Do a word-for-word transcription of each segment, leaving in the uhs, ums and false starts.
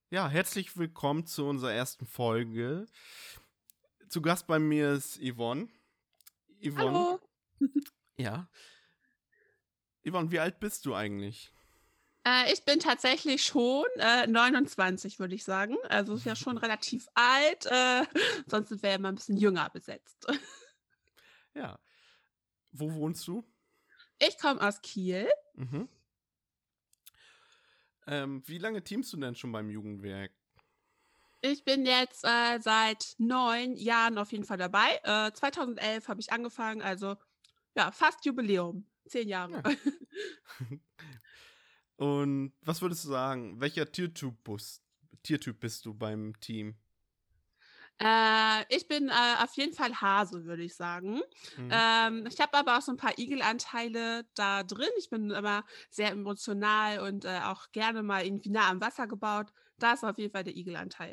Ja, herzlich willkommen zu unserer ersten Folge. Zu Gast bei mir ist Yvonne. Yvonne, Hallo. ja. Yvonne, wie alt bist du eigentlich? Äh, ich bin tatsächlich schon äh, neunundzwanzig, würde ich sagen. Also ist ja schon relativ alt. Äh, sonst sind wir ja immer ein bisschen jünger besetzt. Ja. Wo wohnst du? Ich komme aus Kiel. Mhm. Ähm, wie lange teamst du denn schon beim Jugendwerk? Ich bin jetzt äh, seit neun Jahren auf jeden Fall dabei. Äh, zweitausendelf habe ich angefangen, also ja, fast Jubiläum. Zehn Jahre. Ja. Und was würdest du sagen, welcher Tiertyp bist, Tiertyp bist du beim Team? Äh, ich bin äh, auf jeden Fall Hase, würde ich sagen. Mhm. Ähm, ich habe aber auch so ein paar Igelanteile da drin. Ich bin immer sehr emotional und äh, auch gerne mal irgendwie nah am Wasser gebaut. Da ist auf jeden Fall der Igelanteil.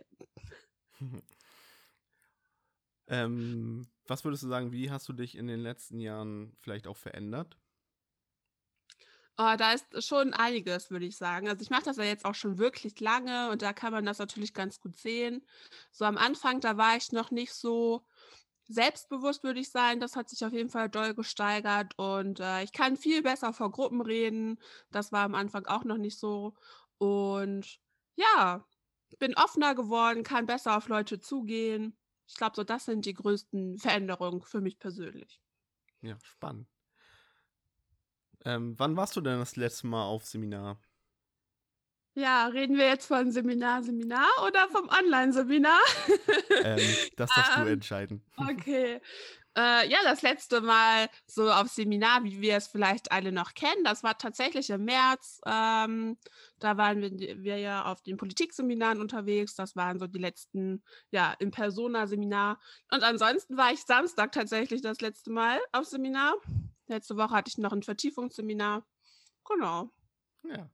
ähm, was würdest du sagen, wie hast du dich in den letzten Jahren vielleicht auch verändert? Oh, da ist schon einiges, würde ich sagen. Also ich mache das ja jetzt auch schon wirklich lange und da kann man das natürlich ganz gut sehen. So am Anfang, da war ich noch nicht so selbstbewusst, würde ich sagen. Das hat sich auf jeden Fall doll gesteigert und äh, ich kann viel besser vor Gruppen reden. Das war am Anfang auch noch nicht so. Und ja, bin offener geworden, kann besser auf Leute zugehen. Ich glaube, so das sind die größten Veränderungen für mich persönlich. Ja, spannend. Ähm, wann warst du denn das letzte Mal auf Seminar? Ja, reden wir jetzt von Seminar, Seminar oder vom Online-Seminar? Ähm, das darfst du Ähm, entscheiden. okay. Äh, ja, das letzte Mal so auf Seminar, wie wir es vielleicht alle noch kennen, das war tatsächlich im März. Ähm, da waren wir, wir ja auf den Politikseminaren unterwegs. Das waren so die letzten, ja, im Persona-Seminar. Und ansonsten war ich Samstag tatsächlich das letzte Mal auf Seminar. Letzte Woche hatte ich noch ein Vertiefungsseminar. Genau. Ja.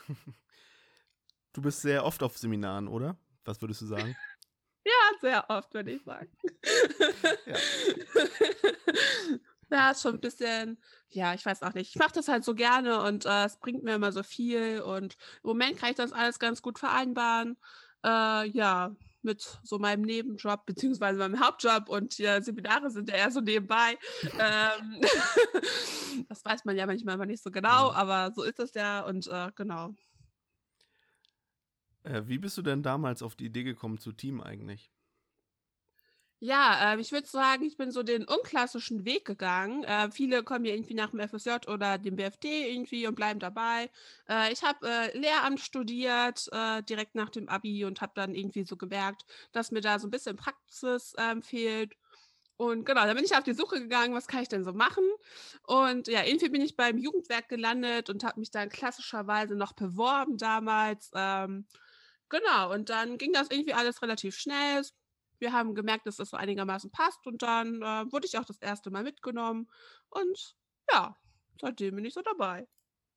Du bist sehr oft auf Seminaren, oder? Was würdest du sagen? Ja, sehr oft, würde ich sagen. Ja. Ja, ist schon ein bisschen ja, ich weiß auch nicht. Ich mache das halt so gerne und, äh, es bringt mir immer so viel und im Moment kann ich das alles ganz gut vereinbaren, äh, ja, mit so meinem Nebenjob beziehungsweise meinem Hauptjob und, ja, Seminare sind ja eher so nebenbei. Ähm, das weiß man ja manchmal immer nicht so genau, Mhm. aber so ist es ja und, äh, genau. Äh, wie bist du denn damals auf die Idee gekommen zu Team eigentlich? Ja, ähm, ich würde sagen, ich bin so den unklassischen Weg gegangen. Äh, viele kommen ja irgendwie nach dem F S J oder dem B F D irgendwie und bleiben dabei. Äh, ich habe äh, Lehramt studiert, äh, direkt nach dem Abi und habe dann irgendwie so gemerkt, dass mir da so ein bisschen Praxis ähm, fehlt. Und genau, dann bin ich auf die Suche gegangen, was kann ich denn so machen? Und ja, irgendwie bin ich beim Jugendwerk gelandet und habe mich dann klassischerweise noch beworben damals. Ähm, genau, und dann ging das irgendwie alles relativ schnell. Wir haben gemerkt, dass das so einigermaßen passt und dann äh, wurde ich auch das erste Mal mitgenommen. Und ja, seitdem bin ich so dabei.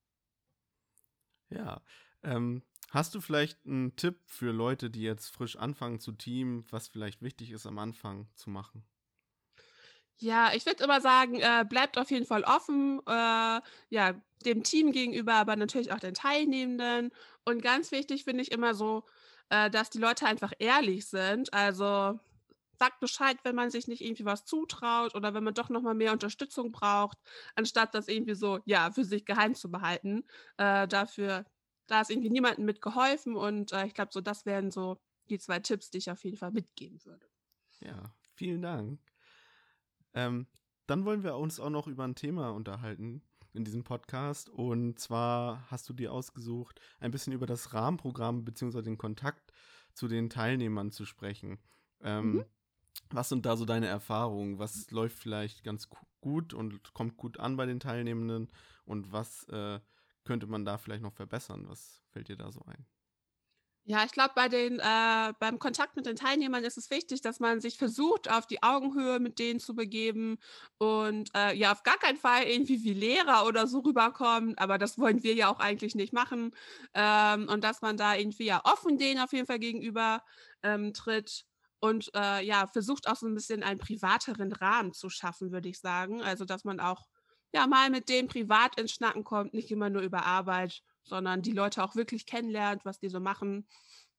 Ja. Ähm, hast du vielleicht einen Tipp für Leute, die jetzt frisch anfangen zu Team, was vielleicht wichtig ist am Anfang zu machen? Ja, ich würde immer sagen, äh, bleibt auf jeden Fall offen, äh, ja, dem Team gegenüber, aber natürlich auch den Teilnehmenden. Und ganz wichtig finde ich immer so, äh, dass die Leute einfach ehrlich sind. Also sagt Bescheid, wenn man sich nicht irgendwie was zutraut oder wenn man doch noch mal mehr Unterstützung braucht, anstatt das irgendwie so, ja, für sich geheim zu behalten. Äh, dafür da ist irgendwie niemandem mit geholfen und, äh, ich glaube so, das wären so die zwei Tipps, die ich auf jeden Fall mitgeben würde. Ja, vielen Dank. Ähm, dann wollen wir uns auch noch über ein Thema unterhalten in diesem Podcast. Und zwar hast du dir ausgesucht, ein bisschen über das Rahmenprogramm bzw. den Kontakt zu den Teilnehmern zu sprechen. Mhm. Ähm, was sind da so deine Erfahrungen? Was läuft vielleicht ganz gu- gut und kommt gut an bei den Teilnehmenden? Und was äh, könnte man da vielleicht noch verbessern? Was fällt dir da so ein? Ja, ich glaube, bei den äh, beim Kontakt mit den Teilnehmern ist es wichtig, dass man sich versucht, auf die Augenhöhe mit denen zu begeben und, äh, ja, auf gar keinen Fall irgendwie wie Lehrer oder so rüberkommen, aber das wollen wir ja auch eigentlich nicht machen. Ähm, und dass man da irgendwie ja offen denen auf jeden Fall gegenüber, ähm, tritt und, äh, ja, versucht auch so ein bisschen einen privateren Rahmen zu schaffen, würde ich sagen. Also, dass man auch, ja, mal mit denen privat ins Schnacken kommt, nicht immer nur über Arbeit, sondern die Leute auch wirklich kennenlernt, was die so machen.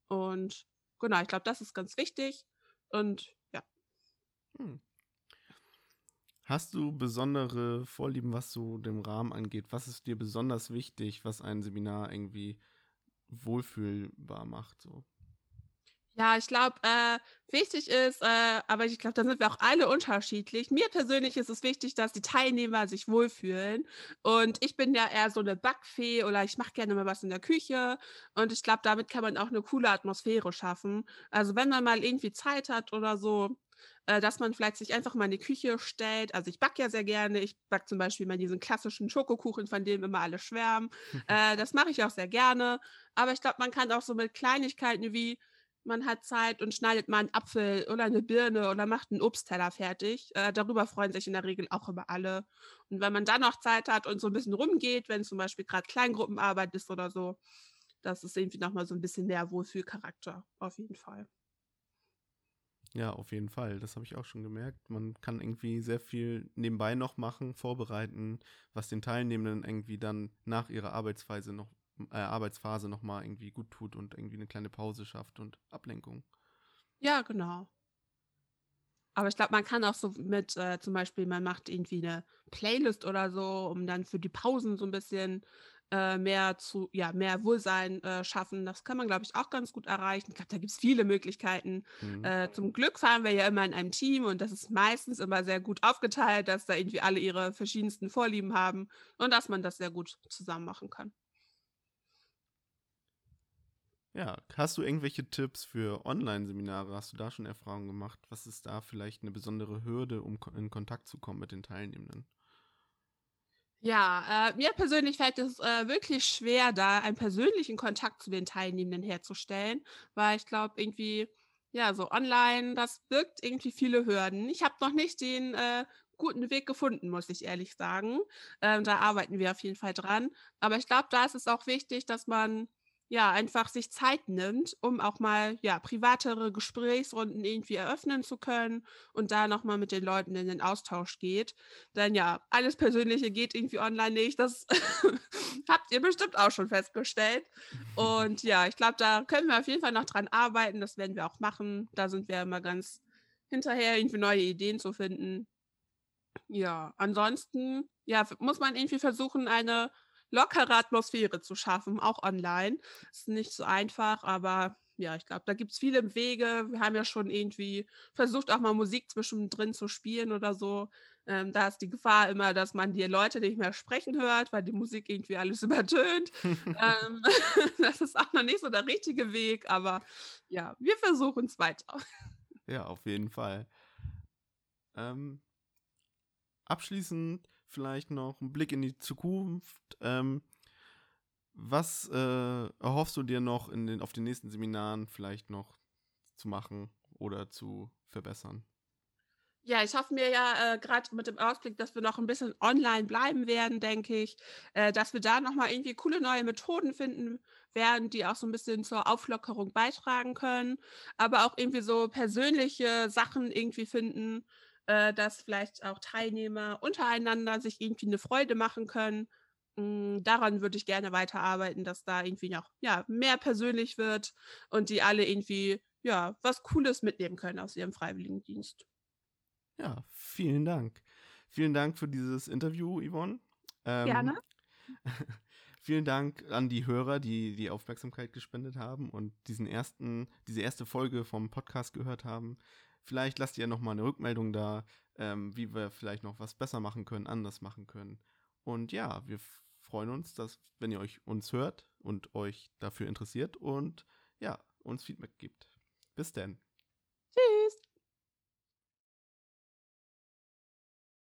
Und genau, ich glaube, das ist ganz wichtig. Und ja. Hm. Hast du besondere Vorlieben, was so den Rahmen angeht? Was ist dir besonders wichtig, was ein Seminar irgendwie wohlfühlbar macht? So? Ja, ich glaube, äh, wichtig ist, äh aber ich glaube, da sind wir auch alle unterschiedlich. Mir persönlich ist es wichtig, dass die Teilnehmer sich wohlfühlen. Und ich bin ja eher so eine Backfee oder ich mache gerne mal was in der Küche. Und ich glaube, damit kann man auch eine coole Atmosphäre schaffen. Also, wenn man mal irgendwie Zeit hat oder so, äh, dass man vielleicht sich einfach mal in die Küche stellt. Also, ich backe ja sehr gerne. Ich backe zum Beispiel mal diesen klassischen Schokokuchen, von dem immer alle schwärmen. Äh, das mache ich auch sehr gerne. Aber ich glaube, man kann auch so mit Kleinigkeiten wie man hat Zeit und schneidet mal 'n Apfel oder 'ne Birne oder macht 'n Obstteller fertig. Äh, darüber freuen sich in der Regel auch immer alle. Und wenn man dann noch Zeit hat und so 'n bisschen rumgeht, wenn zum Beispiel grad Kleingruppenarbeit ist oder so, das ist irgendwie noch mal so 'n bisschen mehr Wohlfühlcharakter, auf jeden Fall. Ja, auf jeden Fall. Das habe ich auch schon gemerkt. Man kann irgendwie sehr viel nebenbei noch machen, vorbereiten, was den Teilnehmenden irgendwie dann nach ihrer Arbeitsweise noch, äh, Arbeitsphase nochmal irgendwie gut tut und irgendwie eine kleine Pause schafft und Ablenkung. Ja, genau. Aber ich glaube, man kann auch so mit, äh zum Beispiel, man macht irgendwie 'ne Playlist oder so, um dann für die Pausen so 'n bisschen, äh, mehr zu ja, mehr Wohlsein, äh, schaffen. Das kann man, glaube ich, auch ganz gut erreichen. Ich glaube, da gibt's viele Möglichkeiten. Mhm. Äh, zum Glück fahren wir ja immer in einem Team und das ist meistens immer sehr gut aufgeteilt, dass da irgendwie alle ihre verschiedensten Vorlieben haben und dass man das sehr gut zusammen machen kann. Ja, hast du irgendwelche Tipps für Online-Seminare? Hast du da schon Erfahrungen gemacht? Was ist da vielleicht eine besondere Hürde, um ko in Kontakt zu kommen mit den Teilnehmenden? Ja, äh, mir persönlich fällt es, äh, wirklich schwer, da einen persönlichen Kontakt zu den Teilnehmenden herzustellen, weil ich glaube irgendwie, ja, so online, das birgt irgendwie viele Hürden. Ich habe noch nicht den, äh, guten Weg gefunden, muss ich ehrlich sagen. Ähm, da arbeiten wir auf jeden Fall dran. Aber ich glaube, da ist es auch wichtig, dass man, ja, einfach sich Zeit nimmt, um auch mal, ja, privatere Gesprächsrunden irgendwie eröffnen zu können und da noch mal mit den Leuten in den Austausch geht. Denn ja, alles Persönliche geht irgendwie online nicht. Das habt ihr bestimmt auch schon festgestellt. Und ja, ich glaube, da können wir auf jeden Fall noch dran arbeiten. Das werden wir auch machen. Da sind wir immer ganz hinterher, irgendwie neue Ideen zu finden. Ja, ansonsten, ja, f muss man irgendwie versuchen, eine lockere Atmosphäre zu schaffen, auch online. Ist nicht so einfach, aber ja, ich glaube, da gibt's viele Wege. Wir haben ja schon irgendwie versucht, auch mal Musik zwischendrin zu spielen oder so. Ähm, da ist die Gefahr immer, dass man die Leute nicht mehr sprechen hört, weil die Musik irgendwie alles übertönt. Ähm, das ist auch noch nicht so der richtige Weg, aber ja, wir versuchen's weiter. Ja, auf jeden Fall. Ähm, Abschließend vielleicht noch ein Blick in die Zukunft. Ähm, was, äh, erhoffst du dir noch in den auf den nächsten Seminaren vielleicht noch zu machen oder zu verbessern? Ja, ich hoffe mir ja, äh, grad mit dem Ausblick, dass wir noch ein bisschen online bleiben werden, denke ich, äh, dass wir da noch mal irgendwie coole neue Methoden finden werden, die auch so ein bisschen zur Auflockerung beitragen können, aber auch irgendwie so persönliche Sachen irgendwie finden, äh, dass vielleicht auch Teilnehmer untereinander sich irgendwie eine Freude machen können. Hm, daran würde ich gerne weiterarbeiten, dass da irgendwie noch, ja, mehr persönlich wird und die alle irgendwie, ja, was Cooles mitnehmen können aus ihrem Freiwilligendienst. Ja, vielen Dank. Vielen Dank für dieses Interview, Yvonne. Gerne. Ähm, Vielen Dank an die Hörer, die die Aufmerksamkeit gespendet haben und diesen ersten diese erste Folge vom Podcast gehört haben. Vielleicht lasst ihr noch mal 'ne Rückmeldung da, ähm, wie wir vielleicht noch was besser machen können, anders machen können. Und ja, wir f freuen uns, dass wenn ihr euch uns hört und euch dafür interessiert und ja, uns Feedback gibt. Bis denn. Tschüss.